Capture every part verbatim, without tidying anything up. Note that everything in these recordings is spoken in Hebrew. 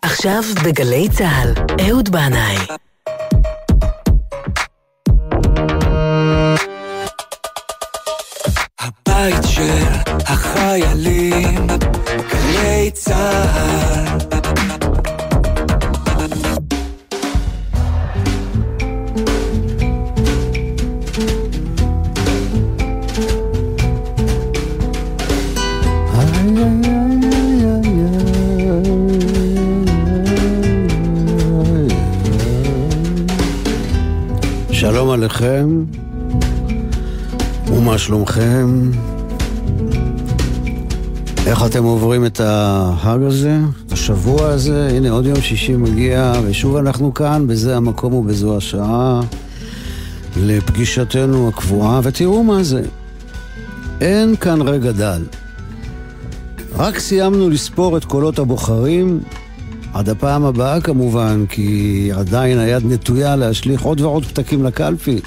עכשיו בגלי צהל, אהוד בנאי. הבית של החיילים, גלי צהל. שלום עליכם, ומה שלומכם? איך אתם עוברים את החג הזה, את השבוע הזה? הנה עוד יום שישי מגיע, ושוב אנחנו כאן, בזה המקום ובזו השעה, לפגישתנו הקבועה, ותראו מה זה. אין כאן רגע דל. רק סיימנו לספור את קולות הבוחרים, עד הפעם הבאה כמובן, כי עדיין היד נטויה להשליך עוד ועוד פתקים לקלפי.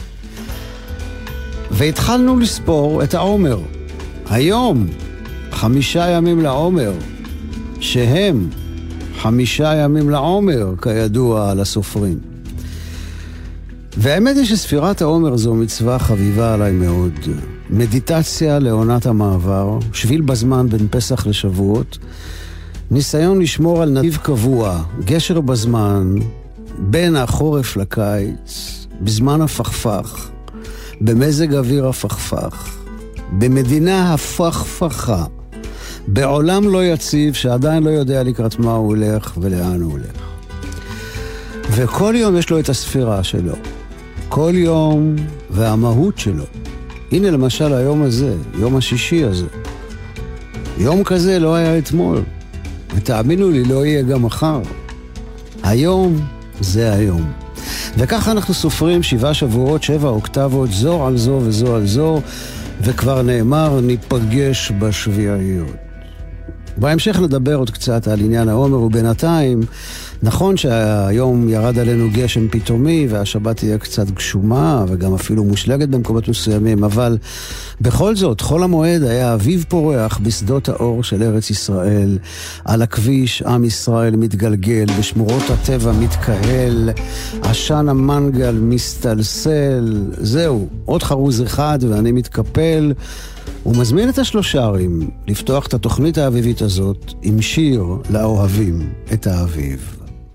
והתחלנו לספור את העומר. היום, חמישה ימים לעומר, שהם חמישה ימים לעומר, כידוע לסופרים. והאמת היא שספירת העומר זו מצווה חביבה עליי מאוד. מדיטציה לעונת המעבר, שביל בזמן בין פסח לשבועות, ניסיון לשמור על נתיב קבוע, גשר בזמן, בין החורף לקיץ, בזמן הפכפך, במזג אוויר הפכפך, במדינה הפכפכה, בעולם לא יציב שעדיין לא יודע לקראת מה הוא הולך ולאן הוא הולך. וכל יום יש לו את הספירה שלו, כל יום והמהות שלו. הנה למשל היום הזה, יום השישי הזה. יום כזה לא היה אתמול. ותאמינו לי, לא יהיה גם מחר. היום זה היום. וככה אנחנו סופרים שבעה שבועות, שבע אוקטבות, זו על זו וזו על זו, וכבר נאמר, ניפגש בשביעיות. בהמשך נדבר עוד קצת על עניין העומר, ובינתיים, נכון שהיום ירד עלינו גשם פתאומי, והשבת תהיה קצת גשומה, וגם אפילו מושלגת במקומות מסוימים, אבל בכל זאת, חול המועד היה אביב פורח בשדות האור של ארץ ישראל, על הכביש עם ישראל מתגלגל, בשמורות הטבע מתקהל, עשן המנגל מסתלסל, זהו, עוד חרוז אחד ואני מתקפל, ומזמין את השלושרים לפתוח את התוכנית האביבית הזאת עם שיר לאוהבים את האביב.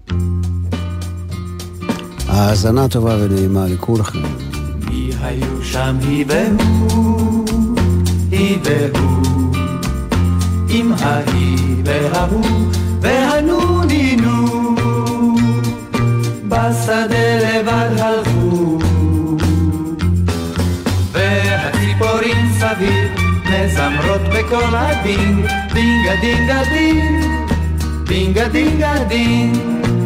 האזנה טובה ונעימה לכולכם. מי היו שם היא והוא, היא והוא, עם ההיא וההוא והנונינו, בשדה לבד הלכו, והציפורים סביב מזמרות בכל הדינג, דינגה דינגה דינג, דינגה דינגה דינג.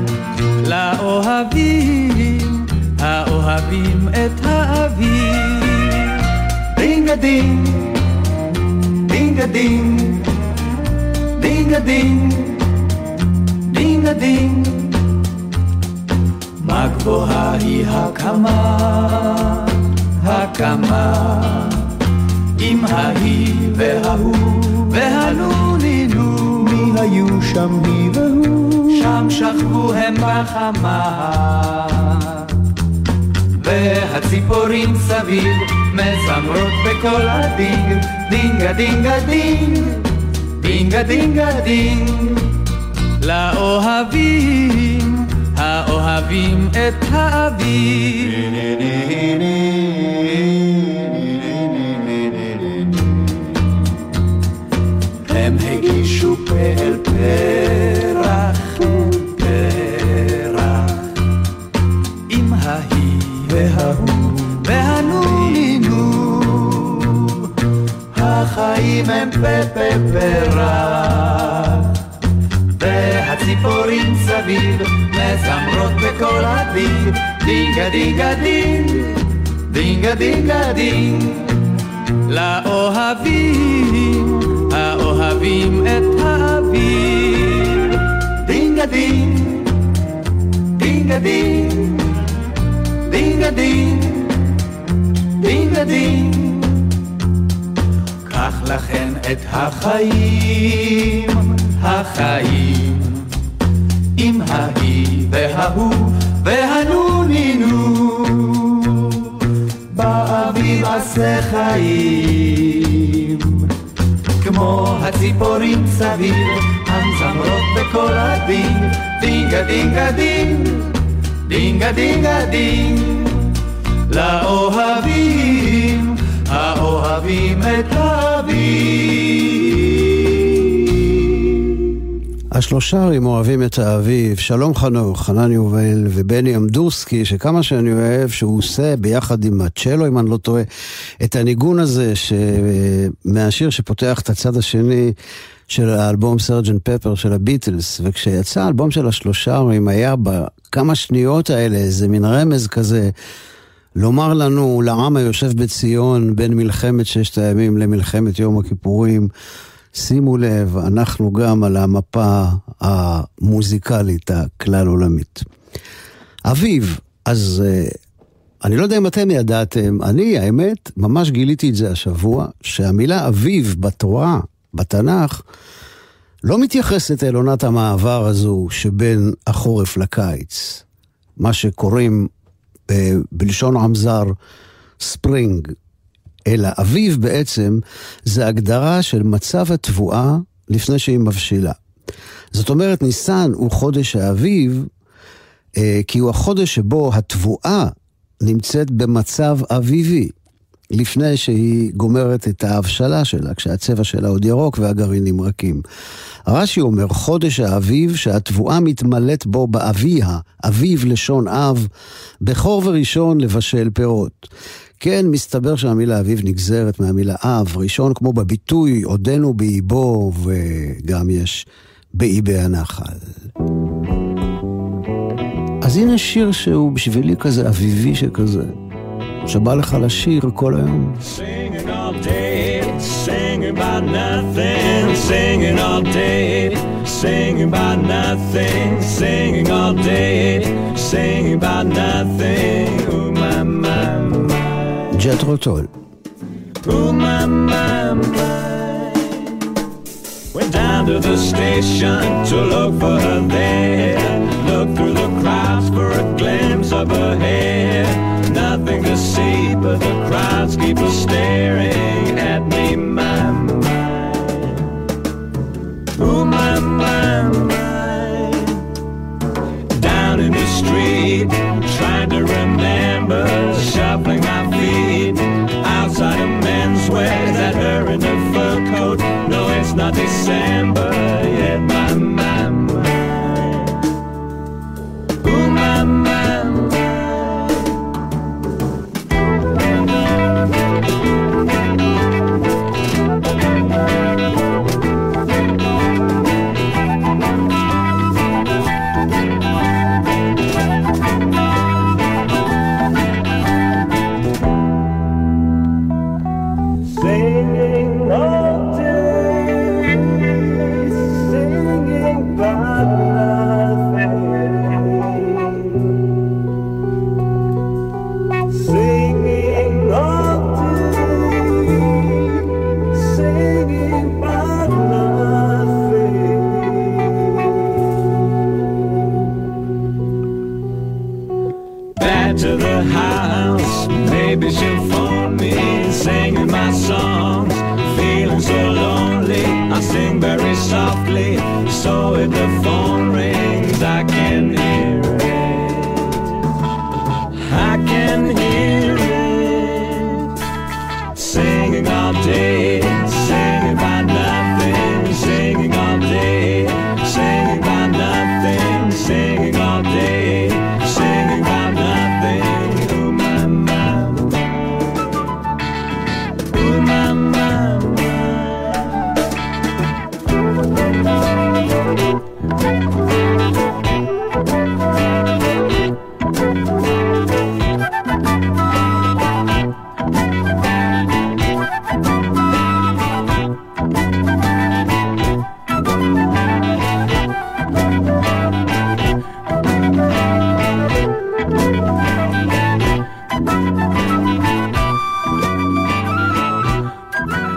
לאוהבים, האוהבים את האביב, דינגה דינג, דינגה דינג, דינגה דינג, דינגה דינג. מה גבוהה היא הקמה, הקמה, עם ההיא וההוא והנונינו, מי היו שם היא והוא, שם שכבו הם בחמה, והציפורים סביב מזמרות בכל הדינג, דינגה דינגה דינג, דינגה דינגה דינג. לאוהבים, האוהבים את האביב, הם הגישו פל פרח, פרח, עם ההיא וההוא והנונינו, החיים הם פה פה פרח, והציפורים סביב מזמרות בכל הדינג, דינגה דינגה דינג, דינגה דינגה דינג. לאוהבים, האוהבים את האביב, דינגה דינג, דינגה דינג, דינגה דינג, דינגה דינג. קח לכן את החיים, החיים, עם ההוא והנונינו באביב עשה חיים כמו הציפורים סביב המזמרות בכל הדין דינגה דינגה דינג דינגה דינגה דינג לאוהבים האוהבים את האביב. השלושה אוהבים את האביב, שלום חנוך, חנן יובל ובני אמדורסקי, שכמה שאני אוהב שהוא עושה ביחד עם הצ'לו, אם אני לא טועה, את הניגון הזה מהשיר שפותח את הצד השני של האלבום סרג'נט פפר של הביטלס, וכשיצא האלבום של השלושה אם היה בכמה שניות האלה איזה מין רמז כזה, לומר לנו, לעם היושב בציון, בין מלחמת ששת הימים למלחמת יום הכיפורים, שימו לב, אנחנו גם על המפה המוזיקלית הכלל עולמית. אביב, אז אני לא יודע אם אתם ידעתם, אני האמת ממש גיליתי את זה השבוע, שהמילה אביב בתורה, בתנ"ך, לא מתייחסת אל עונת המעבר הזו שבין החורף לקיץ. מה שקוראים בלשון עמזר ספרינג, אלא אביב בעצם זה הגדרה של מצב התבואה לפני שהיא מבשילה. זאת אומרת, ניסן הוא חודש האביב, כי הוא החודש שבו התבואה נמצאת במצב אביבי, לפני שהיא גומרת את ההבשלה שלה, כשהצבע שלה עוד ירוק והגרעינים רכים. רש"י אומר, חודש האביב שהתבואה מתמלאת בו באביה, אביב לשון אב, בכור וראשון לבשל פירות. כן, מסתבר שהמילה אביב נגזרת מהמילה אב, ראשון כמו בביטוי, עודנו באיבו, וגם יש באיבי הנחל. אז הנה שיר שהוא בשבילי כזה אביבי שכזה, שבא לך לשיר כל היום. Singing all day, singing about nothing, singing all day, singing about nothing, singing all day, singing about nothing, oh my, my, my. ג'תרו טול. Oh my, my, my. Went down to the station to look for her there, look through the crowds for a glimpse of her hair. Nothing to see but the crowds keep staring at me, my, my. Oh, my, my, my. Down in the street, trying to remember, shuffling my feet. Outside of menswear, that her in her fur coat. No, it's not December yet, my, my, my. Oh, my, my, my. To the house, maybe she'll phone me, singing my songs, feeling so lonely. I sing very softly, so if the phone rings, I can hear it. I can hear it. Singing all day, singing about nothing, singing all day, singing about nothing, singing all day, singing about nothing.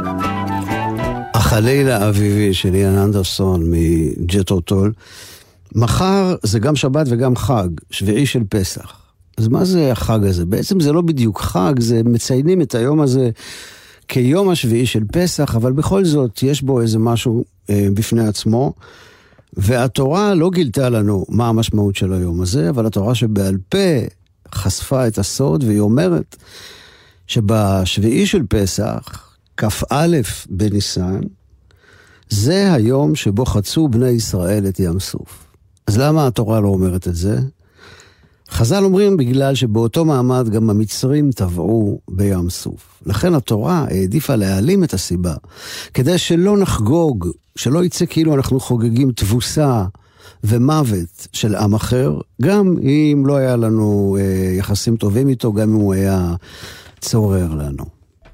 הלילה האביבי של איאן אנדרסון מג'תרו טול, מחר זה גם שבת וגם חג, שביעי של פסח. אז מה זה החג הזה? בעצם זה לא בדיוק חג, זה מציינים את היום הזה כיום השביעי של פסח, אבל בכל זאת יש בו איזה משהו אה, בפני עצמו, והתורה לא גילתה לנו מה המשמעות של היום הזה, אבל התורה שבעל פה חשפה את הסוד, והיא אומרת שבשביעי של פסח, כ"א בניסן, זה היום שבו חצו בני ישראל את ים סוף. אז למה התורה לא אומרת את זה? חז"ל אומרים בגלל שבאותו מעמד גם המצרים טבעו בים סוף. לכן התורה העדיפה להעלים את הסיבה, כדי שלא נחגוג, שלא יצא כאילו אנחנו חוגגים תבוסה ומוות של עם אחר, גם אם לא היה לנו אה, יחסים טובים איתו, גם אם הוא היה צורר לנו.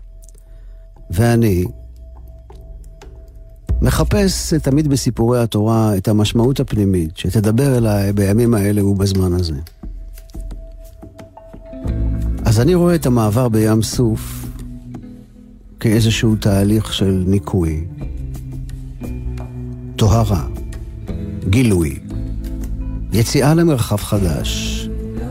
ואני מחפש תמיד בסיפורי התורה את המשמעות הפנימית, שתדבר אליי בימים האלה ובזמן הזה. אז אני רואה את המעבר בים סוף כאיזשהו תהליך של ניקוי, טהרה, גילוי, יציאה למרחב חדש,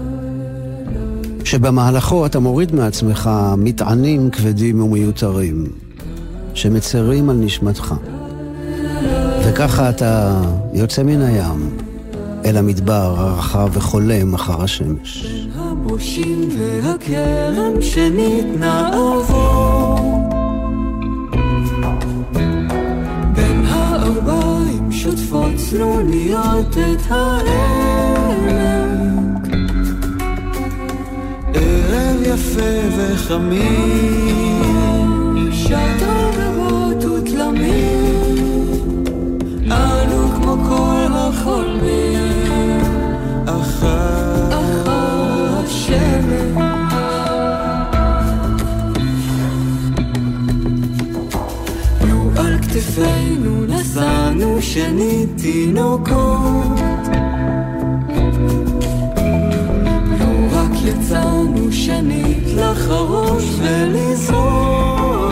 שבמהלכו אתה מוריד מעצמך מטענים כבדים ומיותרים, שמצרים על נשמתך. וככה אתה יוצא מן הים אל המדבר הרחב וחולם אחר השמש. הבושים והכרם שניתנה עבור, בין הארבעים שותפות צנוניות את העמק, ערב יפה וחמים, שטה גבות ותלמים, אנו כמו כל החולמים אחר, אחר השמש. נו על כתפינו נשאנו שנית תינוקות, נו רק יצאנו שנית לחרוש ולזרוע,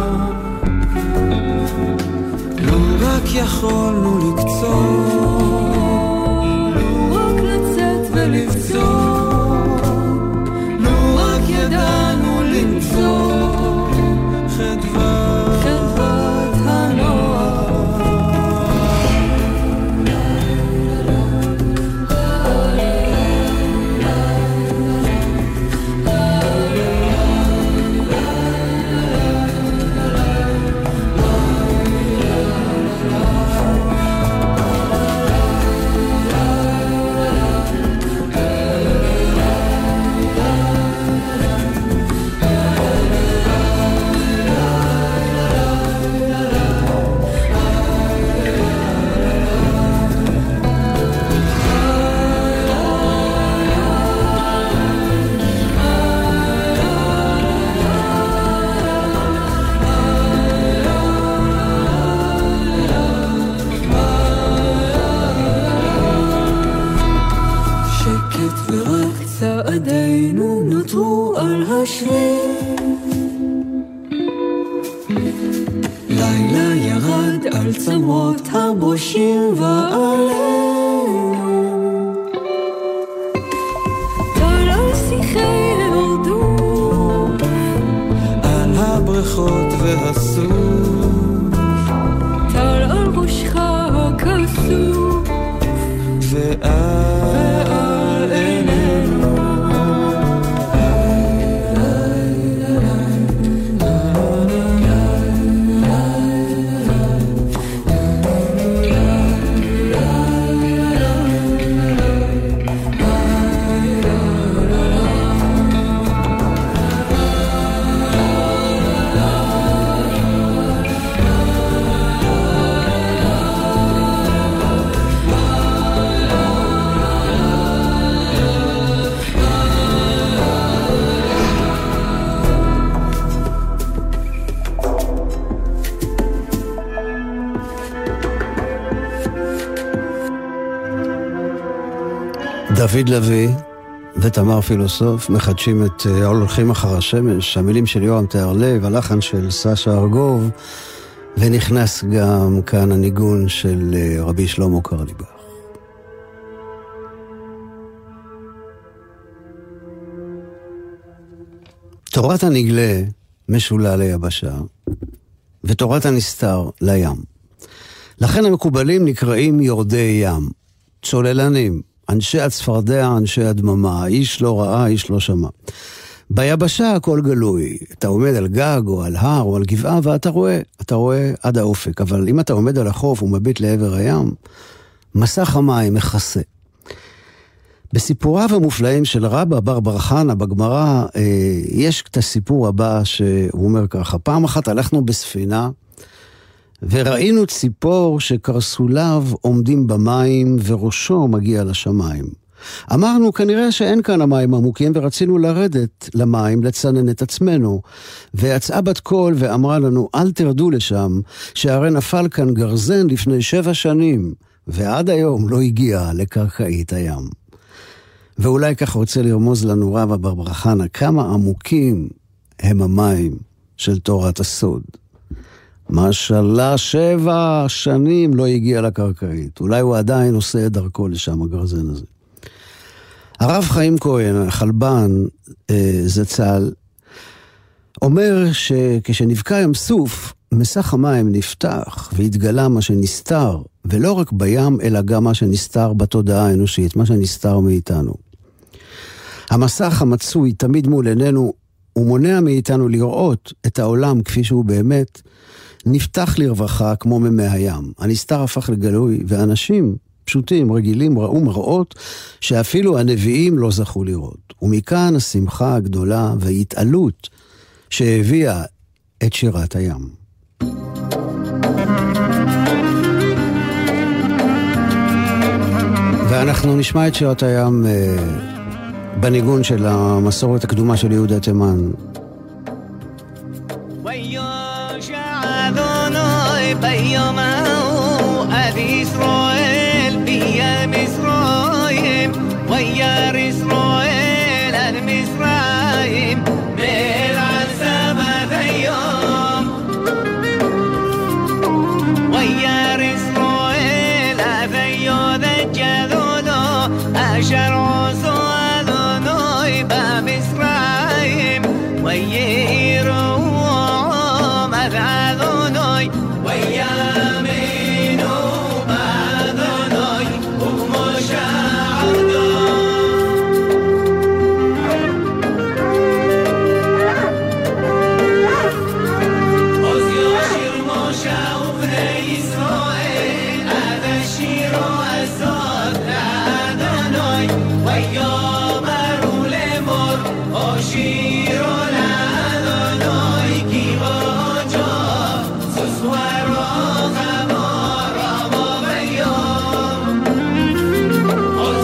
נו רק יכולנו לקצור, ולבצור, לו רק ידענו למצוא חדוות, חדוות הנוער. צעדינו נותרו על השביל, לילה ירד על צמרות הבושים ועלינו, טל על שיחי הרדות, על הבריכות והסוף, טל על ראשך הכסוף ועל עינינו. דוד לוי ותמר פילוסוף מחדשים את הולכים אחר השמש, המילים של יורם תיארלב, הלחן של סשה ארגוב, ונכנס גם כאן הניגון של רבי שלמה קרליבך. תורת הנגלה משולה ליבשה, ותורת הנסתר לים. לכן המקובלים נקראים יורדי ים, צוללנים, אנשי הצפרדע, אנשי הדממה, איש לא ראה, איש לא שמע. ביבשה הכל גלוי, אתה עומד על גג או על הר או על גבעה ואתה רואה, אתה רואה עד האופק, אבל אם אתה עומד על החוף ומביט לעבר הים, מסך המים מכסה. בסיפוריו המופלאים של רבא בר בר חנה בגמרא, אה, יש את הסיפור הבא שהוא אומר ככה, פעם אחת הלכנו בספינה, וראינו ציפור שקרסוליו עומדים במים וראשו מגיע לשמיים. אמרנו כנראה שאין כאן המים עמוקים ורצינו לרדת למים לצנן את עצמנו. ויצאה בת קול ואמרה לנו אל תרדו לשם שהרי נפל כאן גרזן לפני שבע שנים ועד היום לא הגיע לקרקעית הים. ואולי כך רוצה לרמוז לנו רבא בר בר חנה כמה עמוקים הם המים של תורת הסוד. משלה שבע שנים לא הגיע לקרקעית. אולי הוא עדיין עושה את דרכו לשם הגרזן הזה. הרב חיים כהן, החלבן אה, זצ"ל, אומר שכשנבקע ים סוף, מסך המים נפתח והתגלה מה שנסתר, ולא רק בים אלא גם מה שנסתר בתודעה האנושית, מה שנסתר מאיתנו. המסך המצוי תמיד מול עינינו, הוא מונע מאיתנו לראות את העולם כפי שהוא באמת, נפתח לרווחה כמו ממי הים. הנסתר הפך לגלוי, ואנשים פשוטים, רגילים, ראו מראות שאפילו הנביאים לא זכו לראות. ומכאן השמחה הגדולה וההתעלות שהביאה את שירת הים. ואנחנו נשמע את שירת הים אה, בניגון של המסורת הקדומה של יהודי תימן. ביום ההוא עד ישראל ביה מצרים וירא ישראל עד מצרים מאל עזבת היום וירא ישראל עד היודע גדולו אשר עשו אדוני במצרים ויראו עד אדוני ויאמינו באדוני וכמו שעבדו עוז ישיר משה ובני ישראל עד השירו הזאת לאדוני ויאמרו לאמור הושירו לאדוני כי בו סוסוארו חמור רבו ביום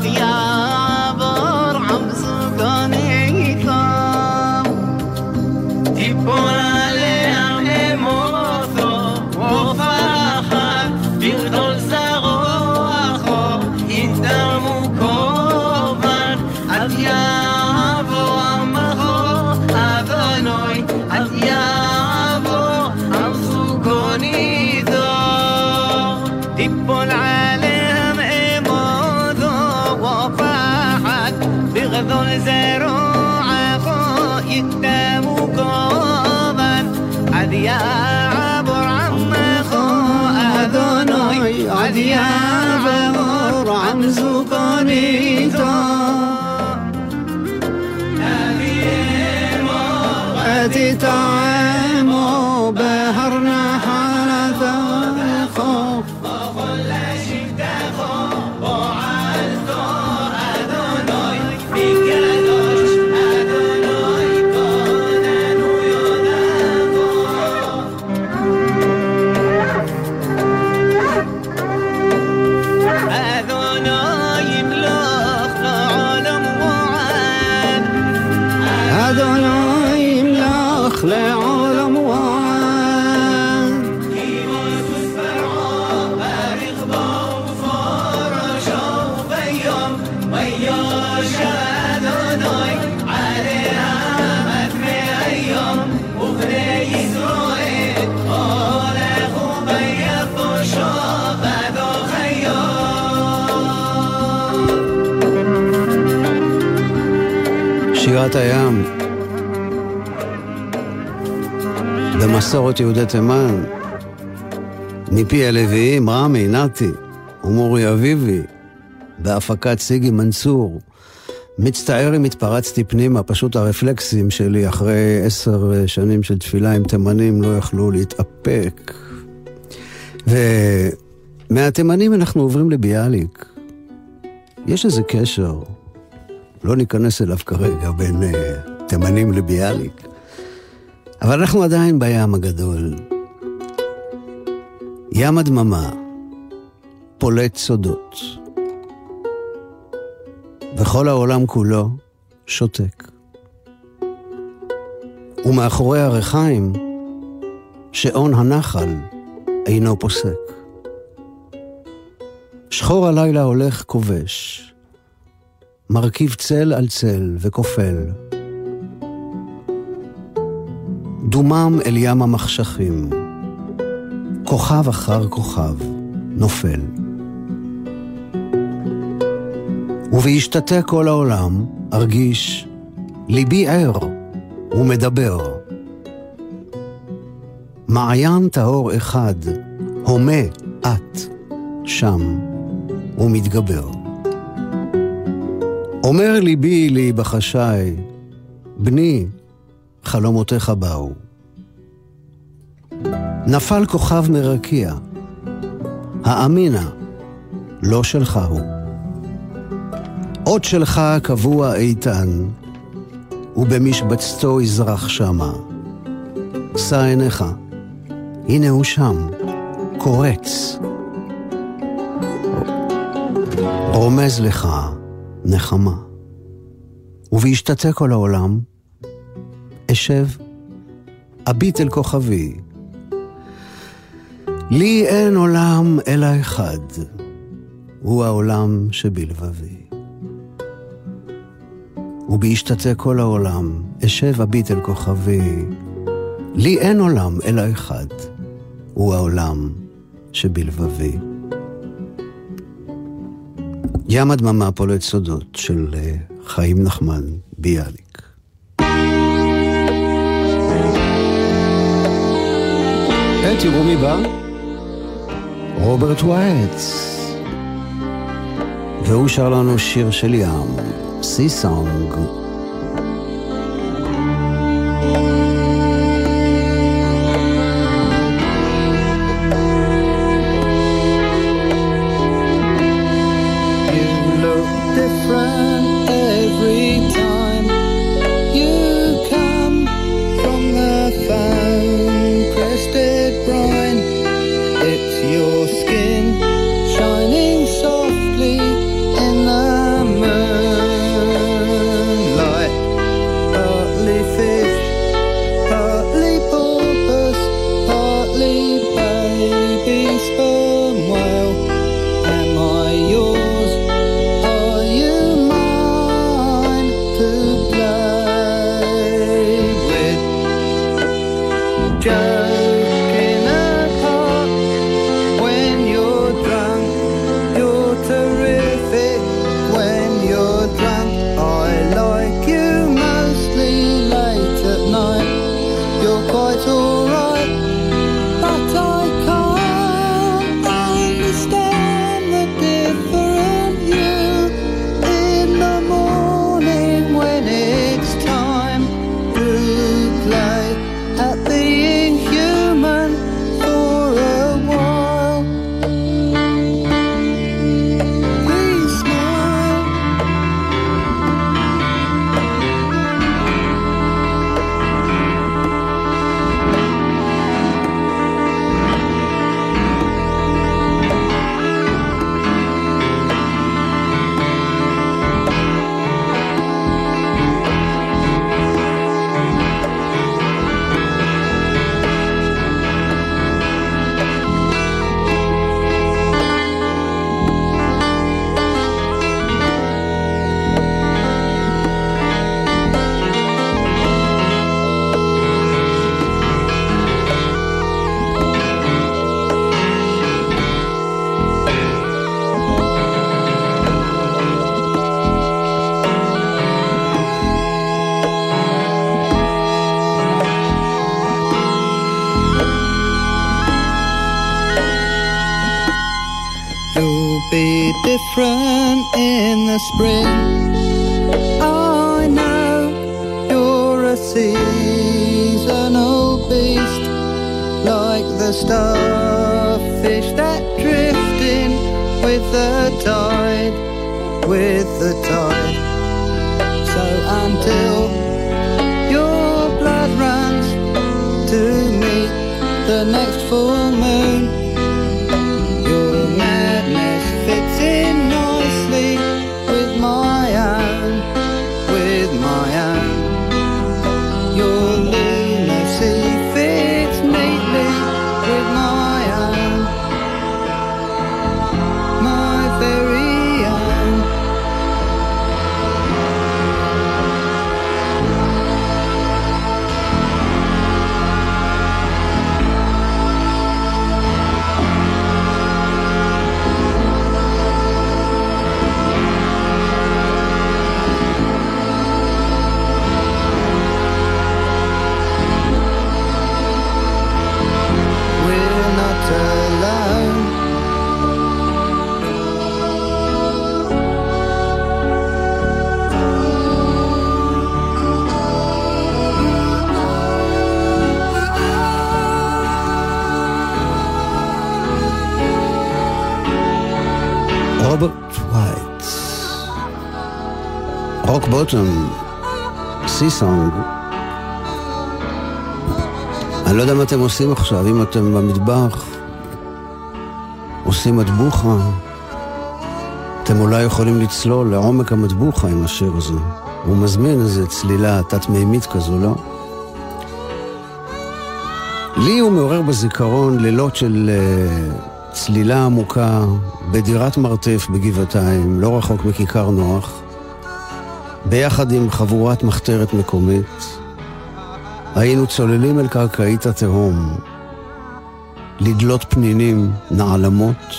יעבור עמזוגוני טוב תיפול עליהם אמותו ופחד בגדול זרועכו יתדמו קורבן עד יעבור עמכו אדוני עד יעבור עמזוגוני טוב תיפול עליהם אמותו ופחד בגדול זרועכו יתדמו קורבן עד יעבור עמכו אדוני עד יעבור עמזוגוני תטעמו בהר נחלתכו וכל שבטכו פועלתו אדוני מקדוש אדוני כוננו יודעו אדוני ימלוך לעולם ועד אדוני ימלוך לעולם ועד כימוס פרעה ברכבו ופורשו ביום ויושע אדוני עליהם עד מהיום ובני ישראל הולכו ביבושו בדוח היום שירת הים במסורת יהודי תימן מפי הלוויים רמי, נתי ומורי אביבי בהפקת סיגי מנצור. מצטער אם התפרצתי פנימה, פשוט הרפלקסים שלי אחרי עשר שנים של תפילה עם תימנים לא יכלו להתאפק. ומהתימנים אנחנו עוברים לביאליק. יש איזה קשר, לא ניכנס אליו כרגע, בין uh, תימנים לביאליק. אבל אנחנו עדיין בים הגדול. ים הדממה, פולט סודות. וכל העולם כולו שותק. ומאחורי הרחיים, שעון הנחל אינו פוסק. שחור הלילה הולך כובש, מרכיב צל על צל וכופל. דומם אל ים המחשכים, כוכב אחר כוכב נופל. ובהשתתק כל העולם ארגיש ליבי ער ומדבר. מעיין טהור אחד הומה את שם ומתגבר. אומר ליבי לי בחשאי, בני חלומותיך באו. נפל כוכב מרקיע, האמינה לא שלך הוא. עוד שלך קבוע איתן, ובמשבצתו יזרח שמה. שא עיניך, הנה הוא שם, קורץ. רומז לך נחמה. ובהשתתק כל העולם, אשב, אביט אל כוכבי. לי אין עולם אלא אחד, הוא העולם שבלבבי. ובהשתתק כל העולם, אשב אביט אל כוכבי. לי אין עולם אלא אחד, הוא העולם שבלבבי. ים הדממה פולט סודות של חיים נחמן ביאליק. תראו מי בא? רוברט ווייטס. והוא שר לנו שיר של ים, סי סונג. Your skin shining softly in the be different in the spring. I know you're a seasonal beast, like the starfish that drift in with the tide, with the tide. So until your blood runs to meet the next full moon, your madness fits in nicely with my own, with my own. Your lunacy fits neatly with my own, my very own. רוברט ווייט, רוק בוטום, סי-סונג. אני לא יודע מה אתם עושים עכשיו, אם אתם במטבח עושים מטבוחה, אתם אולי יכולים לצלול לעומק המטבוחה עם השיר הזה. הוא מזמין איזו צלילה תת-מימית כזו, לא? לי הוא מעורר בזיכרון לילות של uh, צלילה עמוקה בדירת מרתף בגבעתיים, לא רחוק מכיכר נוח, ביחד עם חבורת מחתרת מקומית. היינו צוללים אל קרקעית התהום, לדלות פנינים נעלמות,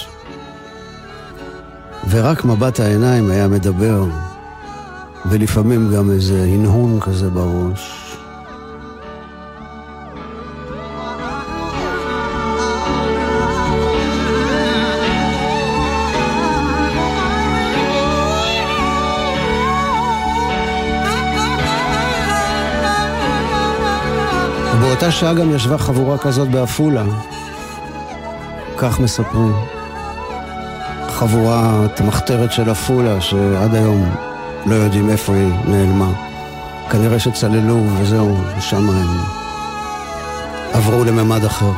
ורק מבט העיניים היה מדבר, ולפעמים גם איזה הנהון כזה בראש. באותה שעה גם ישבה חבורה כזאת באפולה, כך מספרים. חבורת מחתרת של אפולה שעד היום לא יודעים איפה היא נעלמה. כנראה שצללו וזהו, ושם הם עברו לממד אחר.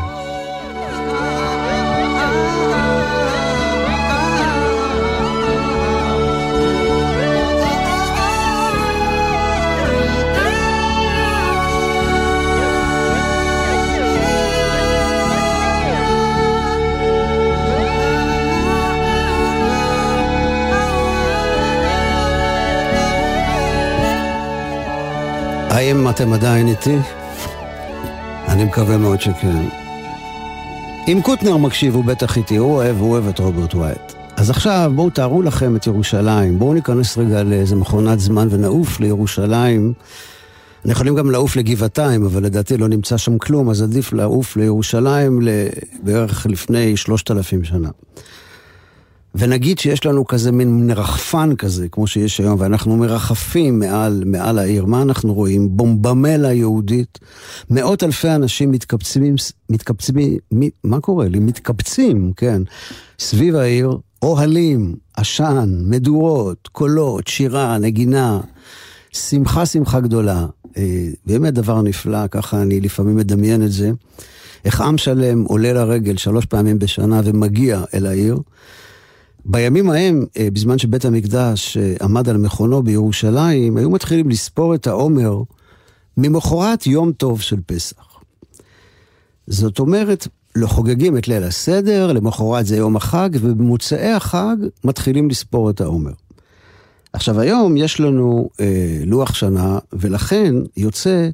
האם אתם עדיין איתי? אני מקווה מאוד שכן. אם קוטנר מקשיב הוא בטח איתי, הוא אוהב, הוא אוהב את רוברט ווייט. אז עכשיו בואו תארו לכם את ירושלים, בואו ניכנס רגע לאיזה מכונת זמן ונעוף לירושלים. אנחנו יכולים גם לעוף לגבעתיים, אבל לדעתי לא נמצא שם כלום, אז עדיף לעוף לירושלים בערך לפני שלושת אלפים שנה. ונגיד שיש לנו כזה מין מרחפן כזה, כמו שיש היום, ואנחנו מרחפים מעל, מעל העיר. מה אנחנו רואים? בומבמלה יהודית. מאות אלפי אנשים מתקבצים, מתקבצים, מה קורה לי? מתקבצים, כן. סביב העיר, אוהלים, עשן, מדורות, קולות, שירה, נגינה, שמחה, שמחה גדולה. באמת דבר נפלא, ככה אני לפעמים מדמיין את זה. איך עם שלם עולה לרגל שלוש פעמים בשנה ומגיע אל העיר. בימים ההם, בזמן שבית המקדש עמד על מכונו בירושלים, היו מתחילים לספור את העומר ממחרת יום טוב של פסח. זאת אומרת, לא חוגגים את ליל הסדר, למחרת זה יום החג, ובמוצאי החג מתחילים לספור את העומר. עכשיו היום יש לנו אה, לוח שנה, ולכן יוצא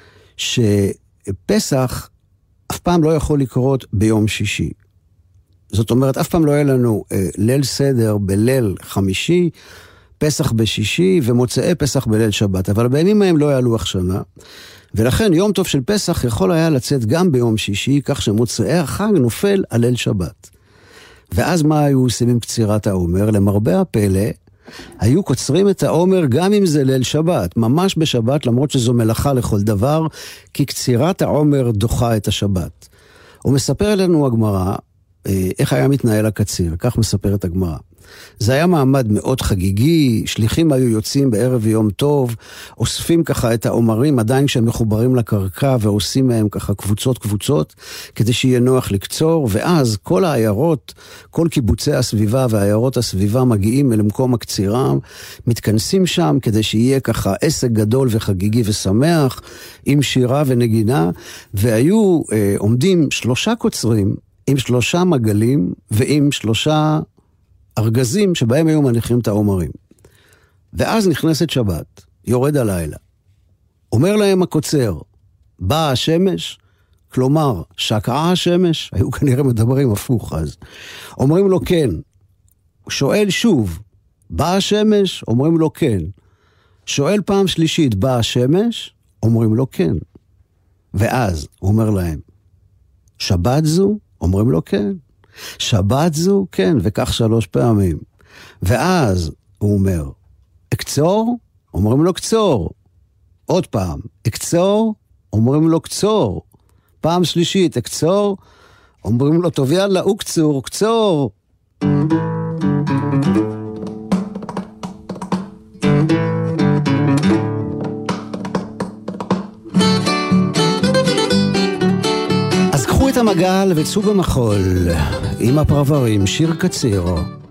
שפסח אף פעם לא יכול לקרות ביום שישי. זאת אומרת, אף פעם לא יהיה לנו אה, ליל סדר בליל חמישי, פסח בשישי ומוצאי פסח בליל שבת, אבל בימים מהם לא היה לוח שנה, ולכן יום טוב של פסח יכול היה לצאת גם ביום שישי, כך שמוצאי החג נופל על ליל שבת. ואז מה היו עושים עם קצירת העומר? למרבה הפלא, היו קוצרים את העומר גם אם זה ליל שבת, ממש בשבת, למרות שזו מלאכה לכל דבר, כי קצירת העומר דוחה את השבת. הוא מספר לנו הגמרא, איך היה מתנהל הקציר, כך מספרת הגמרא. זה היה מעמד מאוד חגיגי, שליחים היו יוצאים בערב יום טוב, אוספים ככה את העומרים עדיין כשהם מחוברים לקרקע, ועושים מהם ככה קבוצות קבוצות, כדי שיהיה נוח לקצור, ואז כל העיירות, כל קיבוצי הסביבה והעיירות הסביבה מגיעים אל מקום הקצירה, מתכנסים שם כדי שיהיה ככה עסק גדול וחגיגי ושמח, עם שירה ונגינה, והיו אה, עומדים שלושה קוצרים, עם שלושה מגלים ועם שלושה ארגזים שבהם היו מניחים את העומרים. ואז נכנסת שבת, יורד הלילה. אומר להם הקוצר, באה השמש, כלומר, שקעה השמש, היו כנראה מדברים הפוך אז. אומרים לו כן. שואל שוב, באה השמש? אומרים לו כן. שואל פעם שלישית, באה השמש? אומרים לו כן. ואז הוא אומר להם, שבת זו? אומרים לו כן. שבת זו? כן, וכך שלוש פעמים. ואז הוא אומר, אקצור? אומרים לו קצור. עוד פעם, אקצור? אומרים לו קצור. פעם שלישית, אקצור? אומרים לו, טוב יאללה, הוא קצור, קצור. אז קחו את המגל וצאו במחול, עם הפרברים, שיר קציר.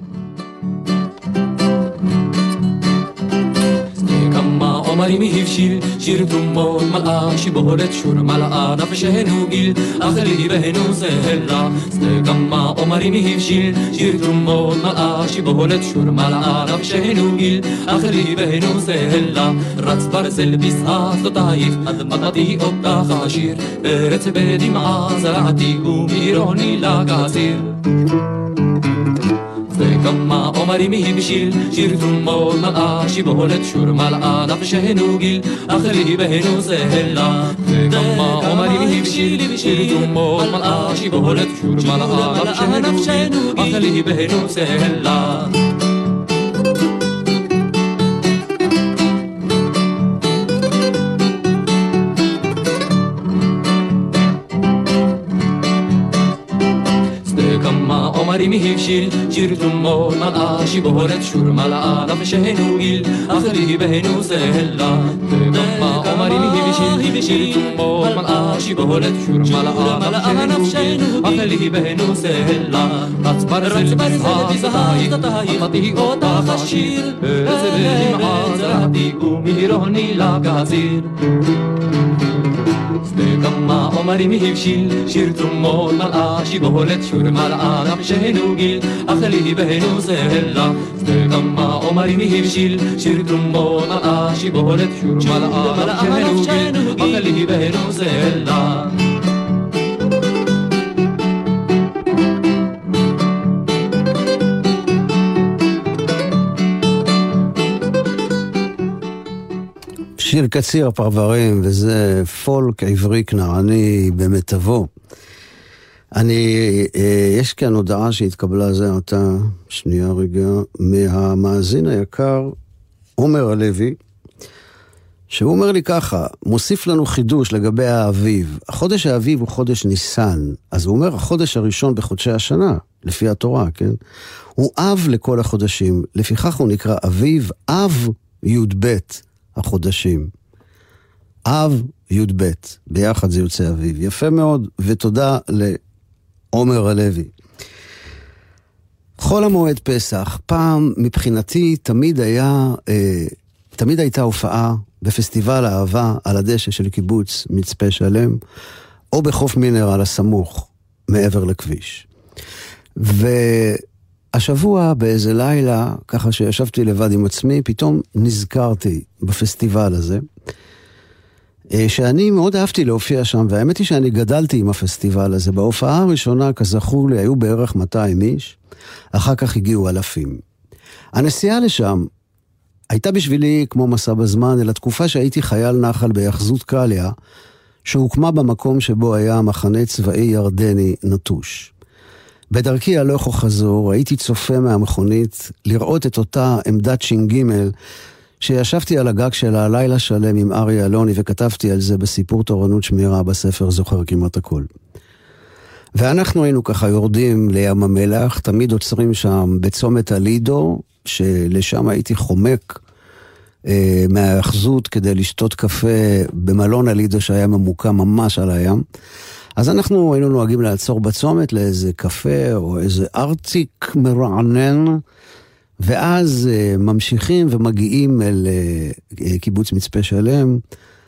עומרי מהבשיל, שיר תרומות מלאה, שיבולת שור מלאה, נפשנו גיל, אך ליבנו סהלה. שדה כמה עומרי מהבשיל, שיר תרומות מלאה, שיבולת שור מלאה, נפשנו גיל, אך ליבנו סהלה. רץ ברזל בשעתותייך, אדמתי אותך השיר, ארץ בדמעה זרעתי ומירוני לקציר. וכמה עומרים הבשיל, שיר תרומות מלאה, שיבולת שור מלאה, נפשנו גיל, אך ליבנו סהלה. וכמה עומרים הבשיל, שיר תרומות מלאה, שיבולת שור מלאה, נפשנו גיל, אך ליבנו סהלה. עומרי מהבשיל, שיר תרומות מלאה, שיבולת שור מלאה, נפשנו גיל, אך ליבנו סהלה. וכמה עומרי מהבשיל, שיר תרומות מלאה, שיבולת שור מלאה, נפשנו גיל, אך ליבנו סהלה. רץ ברזל בשעתותייך, אדמתי אותך השיר, ארץ בדמעה זרעתי ומירוני לקציר. וכמה עומרים הבשיל, שיר תרומות מלאה, שיבולת שור מלאה, נפשנו גיל, אך ליבנו סהלה. וכמה עומרים הבשיל, שיר תרומות מלאה, שיבולת שור מלאה, נפשנו גיל, אך ליבנו סהלה. שיר קציר הפרברים, וזה פולק עברי כנעני במטבו. אני, יש כאן הודעה שהתקבלה זה אותה, שנייה רגע, מהמאזין היקר, עומר הלוי, שהוא אומר לי ככה, מוסיף לנו חידוש לגבי האביב. החודש האביב הוא חודש ניסן, אז הוא אומר, החודש הראשון בחודשי השנה, לפי התורה, כן? הוא אב לכל החודשים, לפיכך הוא נקרא אביב, אב י"ב. החודשים. אב י"ב, ביחד זה יוצא אביב. יפה מאוד, ותודה לעומר הלוי. חול המועד פסח, פעם מבחינתי תמיד היה, אה, תמיד הייתה הופעה בפסטיבל האהבה על הדשא של קיבוץ מצפה שלם, או בחוף מינרל הסמוך מעבר לכביש. ו... השבוע באיזה לילה, ככה שישבתי לבד עם עצמי, פתאום נזכרתי בפסטיבל הזה, שאני מאוד אהבתי להופיע שם, והאמת היא שאני גדלתי עם הפסטיבל הזה. בהופעה הראשונה, כזכור לי, היו בערך מאתיים איש, אחר כך הגיעו אלפים. הנסיעה לשם הייתה בשבילי כמו מסע בזמן, אלא תקופה שהייתי חייל נחל ביחזות קליה, שהוקמה במקום שבו היה מחנה צבאי ירדני נטוש. בדרכי הלוך וחזור, הייתי צופה מהמכונית לראות את אותה עמדת ש"ג, שישבתי על הגג שלה הלילה שלם עם אריה אלוני, וכתבתי על זה בסיפור תורנות שמירה בספר זוכר כמעט הכל. ואנחנו היינו ככה יורדים לים המלח, תמיד עוצרים שם בצומת הלידו, שלשם הייתי חומק אה, מהאחזות כדי לשתות קפה במלון הלידו שהיה ממוקם ממש על הים. אז אנחנו היינו נוהגים לעצור בצומת לאיזה קפה או איזה ארטיק מרענן, ואז uh, ממשיכים ומגיעים אל uh, קיבוץ מצפה שלם,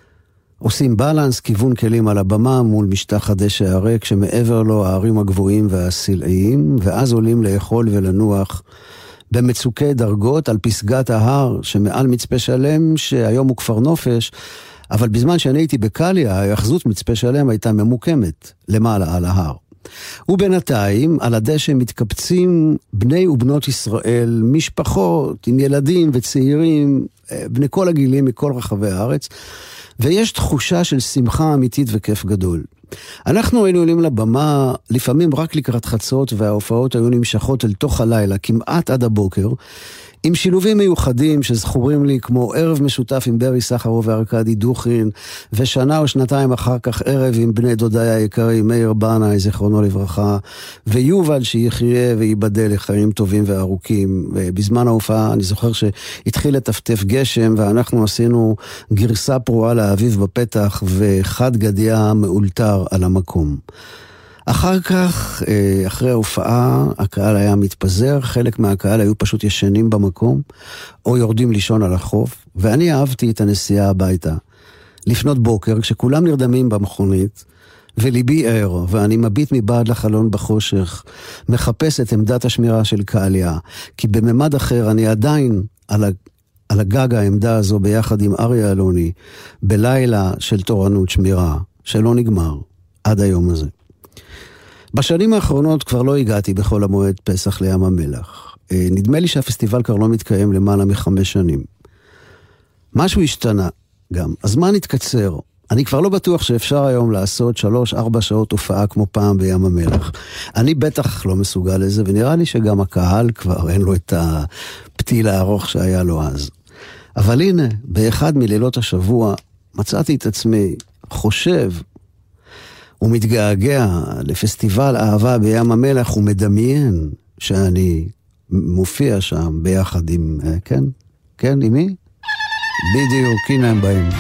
עושים בלנס, כיוון כלים על הבמה מול משטח הדשא הריק, שמעבר לו הערים הגבוהים והסלעיים, ואז עולים לאכול ולנוח במצוקי דרגות על פסגת ההר שמעל מצפה שלם, שהיום הוא כפר נופש, אבל בזמן שאני הייתי בקליה, ההאחזות מצפה שלם הייתה ממוקמת למעלה על ההר. ובינתיים על הדשא מתקבצים בני ובנות ישראל, משפחות עם ילדים וצעירים, בני כל הגילים מכל רחבי הארץ, ויש תחושה של שמחה אמיתית וכיף גדול. אנחנו היינו עולים לבמה לפעמים רק לקראת חצות, וההופעות היו נמשכות אל תוך הלילה, כמעט עד הבוקר, עם שילובים מיוחדים שזכורים לי, כמו ערב משותף עם ברי סחרוף וארקדי דוכין, ושנה או שנתיים אחר כך ערב עם בני דודיי היקרים, מאיר בנאי, זכרונו לברכה, ויובל שיחיה ויבדל לחיים טובים וארוכים. ובזמן ההופעה אני זוכר שהתחיל לטפטף גשם, ואנחנו עשינו גרסה פרועה לאביב בפתח, וחד גדיה מאולתר על המקום. אחר כך, אחרי ההופעה, הקהל היה מתפזר, חלק מהקהל היו פשוט ישנים במקום, או יורדים לישון על החוף, ואני אהבתי את הנסיעה הביתה. לפנות בוקר, כשכולם נרדמים במכונית, וליבי ער, ואני מביט מבעד לחלון בחושך, מחפש את עמדת השמירה של קהליה, כי בממד אחר אני עדיין על, ה... על הגג העמדה הזו ביחד עם אריה אלוני, בלילה של תורנות שמירה, שלא נגמר, עד היום הזה. בשנים האחרונות כבר לא הגעתי בכל המועד פסח לים המלח. נדמה לי שהפסטיבל כבר לא מתקיים למעלה מחמש שנים. משהו השתנה גם. הזמן התקצר. אני כבר לא בטוח שאפשר היום לעשות שלוש, ארבע שעות הופעה כמו פעם בים המלח. אני בטח לא מסוגל לזה, ונראה לי שגם הקהל כבר אין לו את הפתיל הארוך שהיה לו אז. אבל הנה, באחד מלילות השבוע מצאתי את עצמי חושב הוא מתגעגע לפסטיבל אהבה בים המלח, הוא מדמיין שאני מופיע שם ביחד עם, כן? כן, עם מי? בדיוק, הנה הם באים.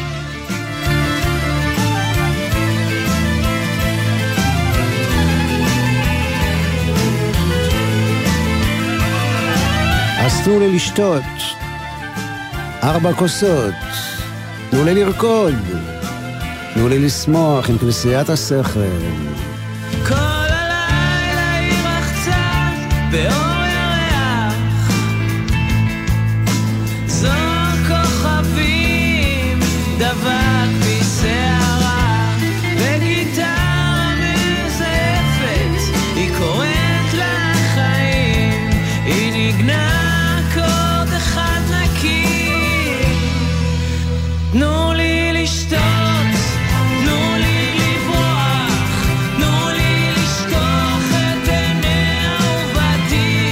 אז תנו לי לשתות, ארבע כוסות, תנו לי לרקוד, תנו לי לשמוח עם כנסיית השכל. כל הלילה היא רחצה באור ירח, זור כוכבים דבק בשערה, וגיטרה מזייפת היא קוראת לחיים, היא נגנה קוד אחד נקי. תנו לי לשתות, תנו לי לשכוח את עיני אהובתי,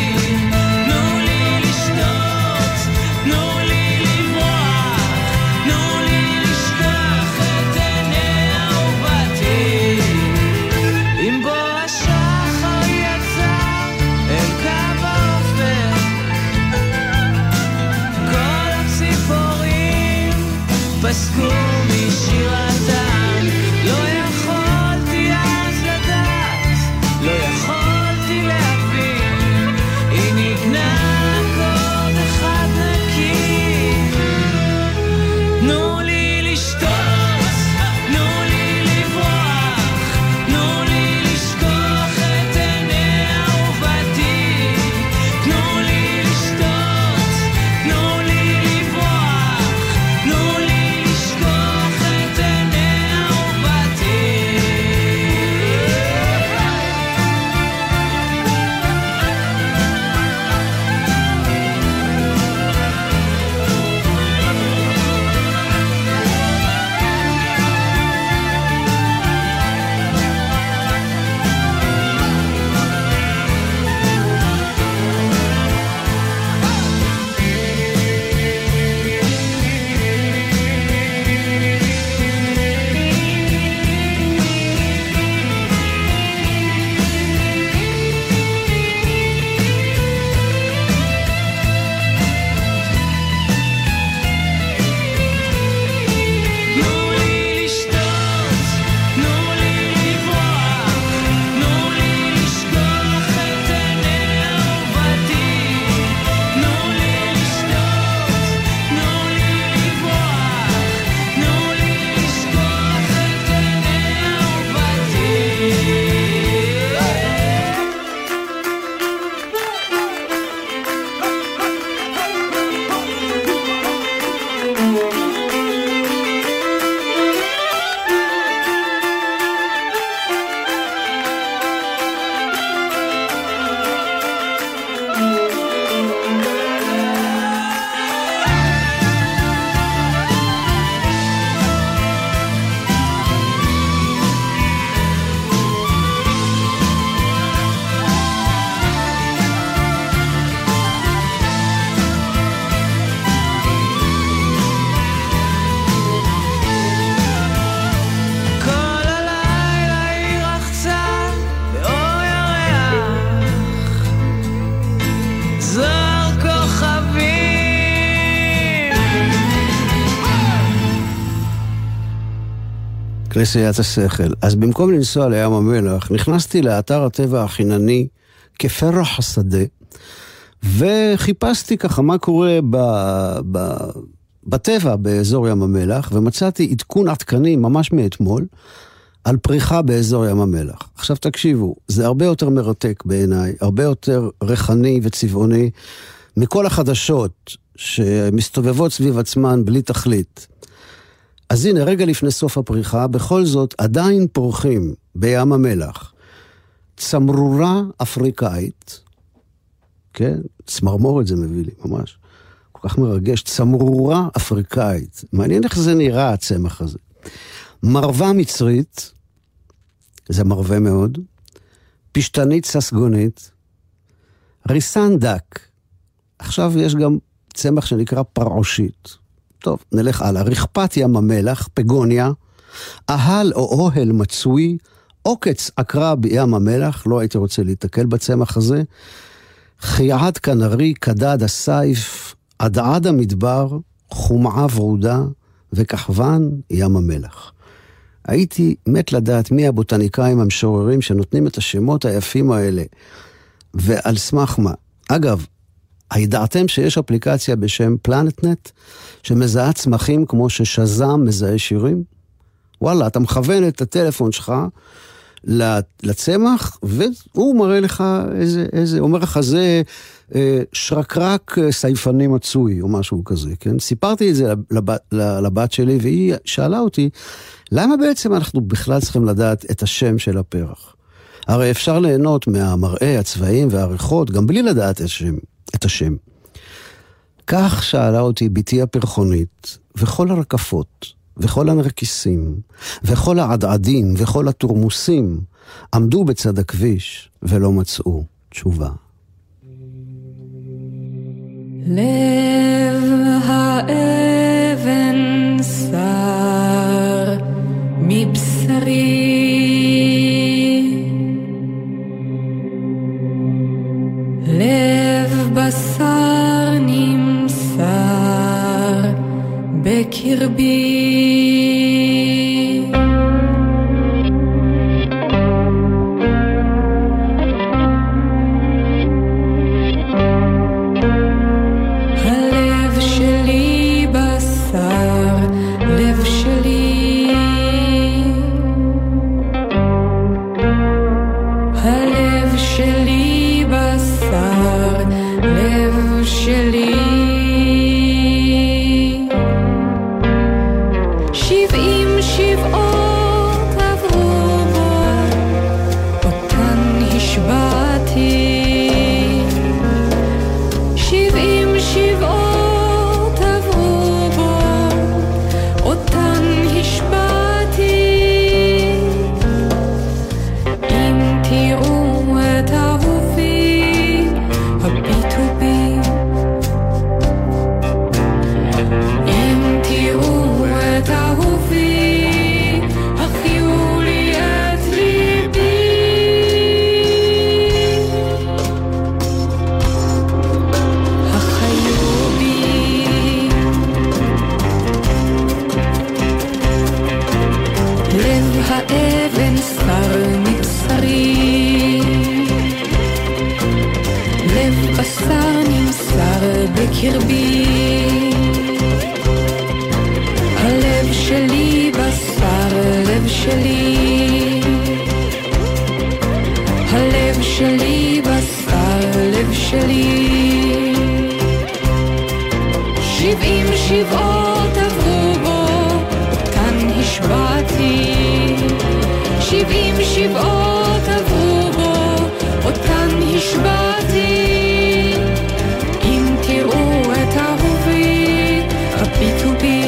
כנסיית השכל. אז במקום לנסוע לים המלח, נכנסתי לאתר הטבע החינני כפרח השדה, וחיפשתי ככה מה קורה ב, ב, בטבע באזור ים המלח, ומצאתי עדכון עדכני ממש מאתמול, על פריחה באזור ים המלח. עכשיו תקשיבו, זה הרבה יותר מרתק בעיניי, הרבה יותר ריחני וצבעוני, מכל החדשות שמסתובבות סביב עצמן בלי תכלית. אז הנה, רגע לפני סוף הפריחה, בכל זאת עדיין פורחים בים המלח צמרורה אפריקאית, כן? צמרמורת זה מביא לי, ממש. כל כך מרגש, צמרורה אפריקאית. מעניין איך זה נראה הצמח הזה. מרווה מצרית, זה מרווה מאוד, פשטנית ססגונית, ריסן דק. עכשיו יש גם צמח שנקרא פרעושית. טוב, נלך הלאה. רחפת ים המלח, פגוניה, אהל או אוהל מצוי, עוקץ עקרב בים המלח, לא הייתי רוצה להתקל בצמח הזה, חייעת כנרי, כדד הסייף, עדעד המדבר, חומעה ורודה, וכחוון ים המלח. הייתי מת לדעת מי הבוטניקאים המשוררים שנותנים את השמות היפים האלה, ועל סמך מה. אגב, הידעתם שיש אפליקציה בשם פלנטנט, שמזהה צמחים כמו ששזם מזהה שירים? וואלה, אתה מכוון את הטלפון שלך לצמח, והוא מראה לך איזה, איזה, אומר לך, זה שרקרק סייפני מצוי, או משהו כזה, כן? סיפרתי את זה לבת, לבת שלי, והיא שאלה אותי, למה בעצם אנחנו בכלל צריכים לדעת את השם של הפרח? הרי אפשר ליהנות מהמראה, הצבעים והריחות, גם בלי לדעת את השם. את השם. כך שאלה אותי ביתי הפרחונית, וכל הרקפות, וכל הנרקיסים, וכל העדעדים, וכל התורמוסים, עמדו בצד הכביש, ולא מצאו תשובה. לב האבן שר מבשרי, לב בשר נמסר בקרבי, הלב שלי בשר, לב שלי, הלב שלי בשר, לב שלי, שבעים שבעות עברו בו, אותן השבעתי, שבעים שבעות עברו בו, אותן השבעתי, אם תראו את אהובי הביטו בי, אם תראו את אהובי החיו לי את ליבי, החיו בי, לב האבן שר מבשרי, לב בשר נמסר בקרבי, הלב שלי בשר, לב שלי, הלב שלי בשר, לב שלי, שבעים שבעות עברו בו, אותן השבעתי, שבעים שבעות עברו בו, אותן השבעתי, אם תראו את אהובי הביטו בי,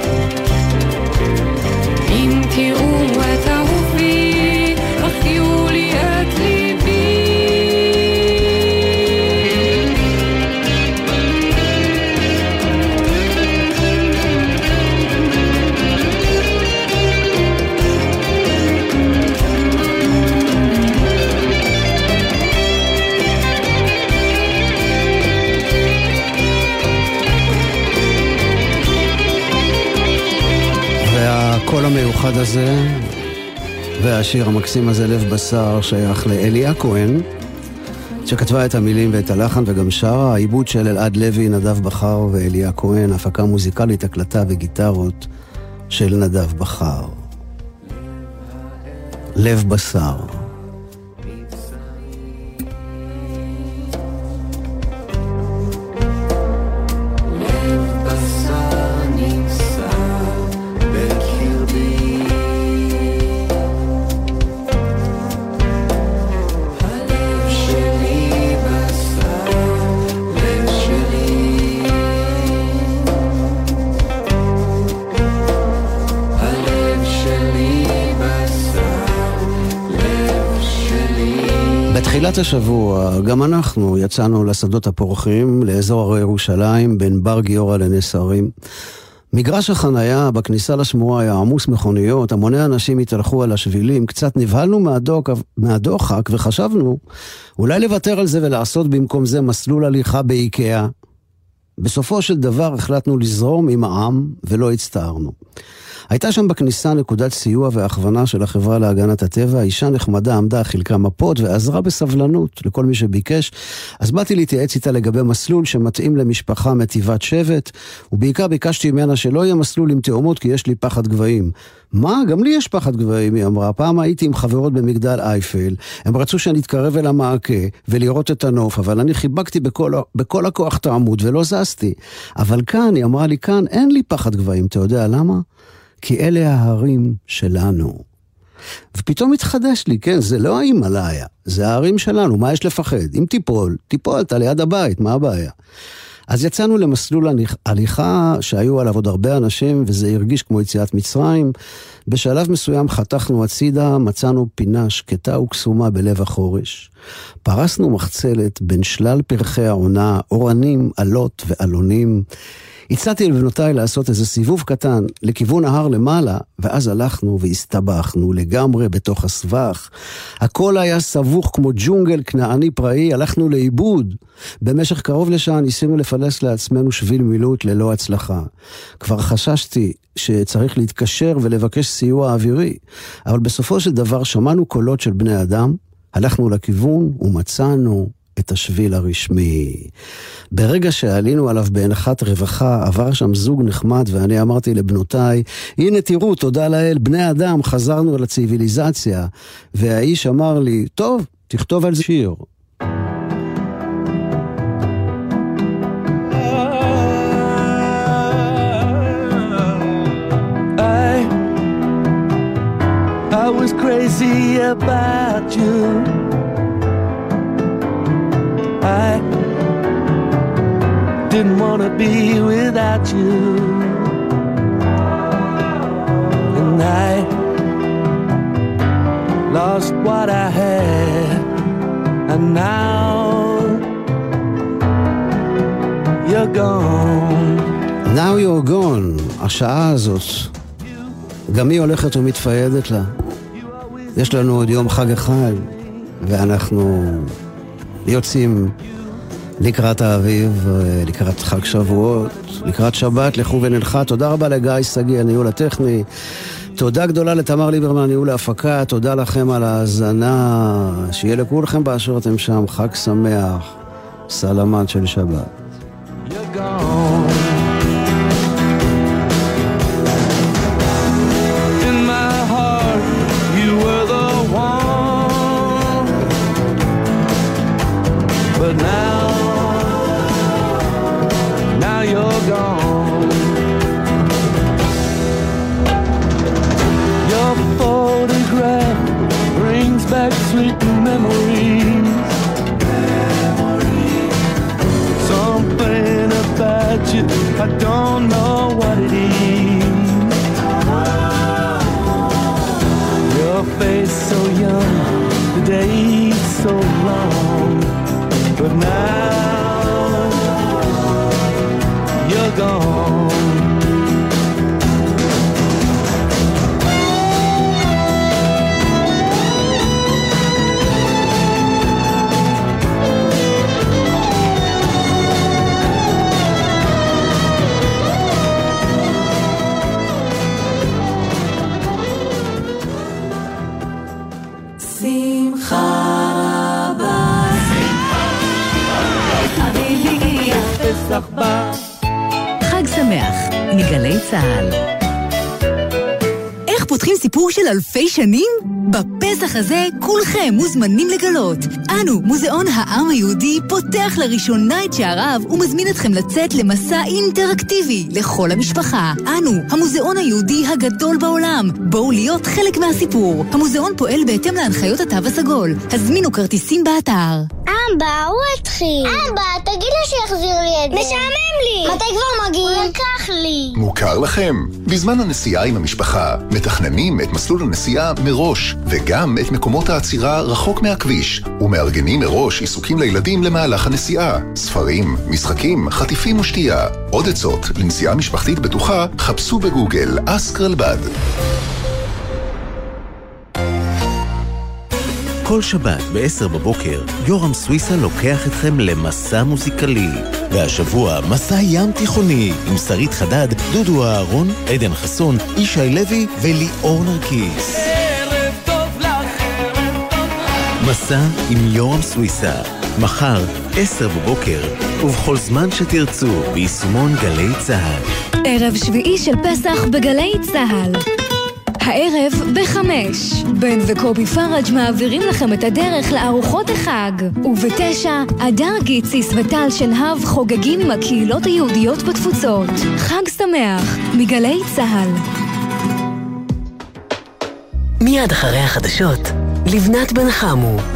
אם תראו את אהובי החיו לי את ליבי, המיוחד הזה והשיר המקסים הזה לב בשר שייך לאליה כהן שכתבה את המילים ואת הלחן וגם שרה. העיבוד של אלעד לוי, נדב בחר ואליה כהן, הפקה מוזיקלית, הקלטה וגיטרות של נדב בחר. לב בשר. בתחילת השבוע גם אנחנו יצאנו לשדות הפורחים, לאזור הרי ירושלים, בין בר גיורא לנס הרים. מגרש החנייה בכניסה לשמורה היה עמוס מכוניות, המוני אנשים התהלכו על השבילים, קצת נבהלנו מהדוק, מהדוחק וחשבנו אולי לוותר על זה ולעשות במקום זה מסלול הליכה באיקאה. בסופו של דבר החלטנו לזרום עם העם ולא הצטערנו. הייתה שם בכניסה נקודת סיוע והכוונה של החברה להגנת הטבע, אישה נחמדה עמדה, חילקה מפות ועזרה בסבלנות לכל מי שביקש. אז באתי להתייעץ איתה לגבי מסלול שמתאים למשפחה מטיבת שבט, ובעיקר ביקשתי ממנה שלא יהיה מסלול עם תאומות כי יש לי פחד גבהים. מה? גם לי יש פחד גבהים, היא אמרה. פעם הייתי עם חברות במגדל אייפל, הם רצו שאני אתקרב אל המעקה ולראות את הנוף, אבל אני חיבקתי בכל, בכל הכוח את העמוד ולא זזתי. אבל כאן, היא אמרה לי, כאן אין לי פחד גבהים, אתה יודע למה? כי אלה ההרים שלנו. ופתאום התחדש לי, כן, זה לא ההימאליה, זה ההרים שלנו, מה יש לפחד? אם תיפול, תיפול, אתה ליד הבית, מה הבעיה? אז יצאנו למסלול הליכה שהיו עליו עוד הרבה אנשים, וזה הרגיש כמו יציאת מצרים. בשלב מסוים חתכנו הצידה, מצאנו פינה שקטה וקסומה בלב החורש. פרסנו מחצלת בין שלל פרחי העונה, אורנים, עלות ואלונים. הצעתי לבנותיי לעשות איזה סיבוב קטן לכיוון ההר למעלה, ואז הלכנו והסתבכנו לגמרי בתוך הסבך. הכל היה סבוך כמו ג'ונגל כנעני פראי, הלכנו לאיבוד. במשך קרוב לשעה ניסינו לפלס לעצמנו שביל מילוט ללא הצלחה. כבר חששתי שצריך להתקשר ולבקש סיוע אווירי, אבל בסופו של דבר שמענו קולות של בני אדם, הלכנו לכיוון ומצאנו את השביל הרשמי. ברגע שעלינו עליו בהנחת רווחה, עבר שם זוג נחמד, ואני אמרתי לבנותיי, הנה תראו, תודה לאל, בני אדם, חזרנו אל הציביליזציה. והאיש אמר לי, טוב, תכתוב על זה שיר. I, I was crazy about you. I didn't want to be without you. And I lost what I had. And now you're gone. Now you're gone. השעה הזאת גם היא הולכת ומתפיידת לה. יש לנו עוד יום חג אחד ואנחנו יוצאים לקראת האביב, לקראת חג שבועות, לקראת שבת, לכו ונלכה. תודה רבה לגיא סגי, הניהול הטכני. תודה גדולה לתמר ליברמן, ניהול ההפקה. תודה לכם על ההאזנה. שיהיה לכולכם באשר אתם שם. חג שמח. סלמת של שבת. You're gone. In my heart, you were the one. But now, now you're gone. Your photograph brings back sweet memories. Memories. Something about you פסח בא. חג שמח מגלי צהל. איך פותחים סיפור של אלפי שנים? בפסח הזה כולכם מוזמנים לגלות. אנו, מוזיאון העם היהודי, פותח לראשונה את שעריו ומזמין אתכם לצאת למסע אינטראקטיבי לכל המשפחה. אנו, המוזיאון היהודי הגדול בעולם. בואו להיות חלק מהסיפור. המוזיאון פועל בהתאם להנחיות התו הסגול. הזמינו כרטיסים באתר. אבא, הוא התחיל. אבא, תגיד לו שיחזיר לי את זה. משעמם לי. מתי כבר מגיעים? הוא לקח לי. מוכר לכם? בזמן הנסיעה עם המשפחה, מתכננים את מסלול הנסיעה מראש, וגם את מקומות העצירה רחוק מהכביש, ומארגנים מראש עיסוקים לילדים למהלך הנסיעה. ספרים, משחקים, חטיפים ושתייה. עוד עצות לנסיעה משפחתית בטוחה, חפשו בגוגל אסקרלבד. כל שבת ב-עשר בבוקר, יורם סוויסה לוקח אתכם למסע מוזיקלי. והשבוע, מסע ים תיכוני, עם שרית חדד, דודו אהרון, עדן חסון, ישי לוי וליאור נרקיס. ערב טוב לך, ערב טוב לך. מסע עם יורם סוויסה. מחר, עשר בבוקר, ובכל זמן שתרצו, ביישומון גלי צהל. ערב שביעי של פסח בגלי צהל. הערב בחמש, בן וקובי פרג' מעבירים לכם את הדרך לארוחות החג. ובתשע, אדר גיציס וטל שנהב חוגגים עם הקהילות היהודיות בתפוצות. חג שמח מגלי צהל. מיד אחרי החדשות, לבנת בן חמו.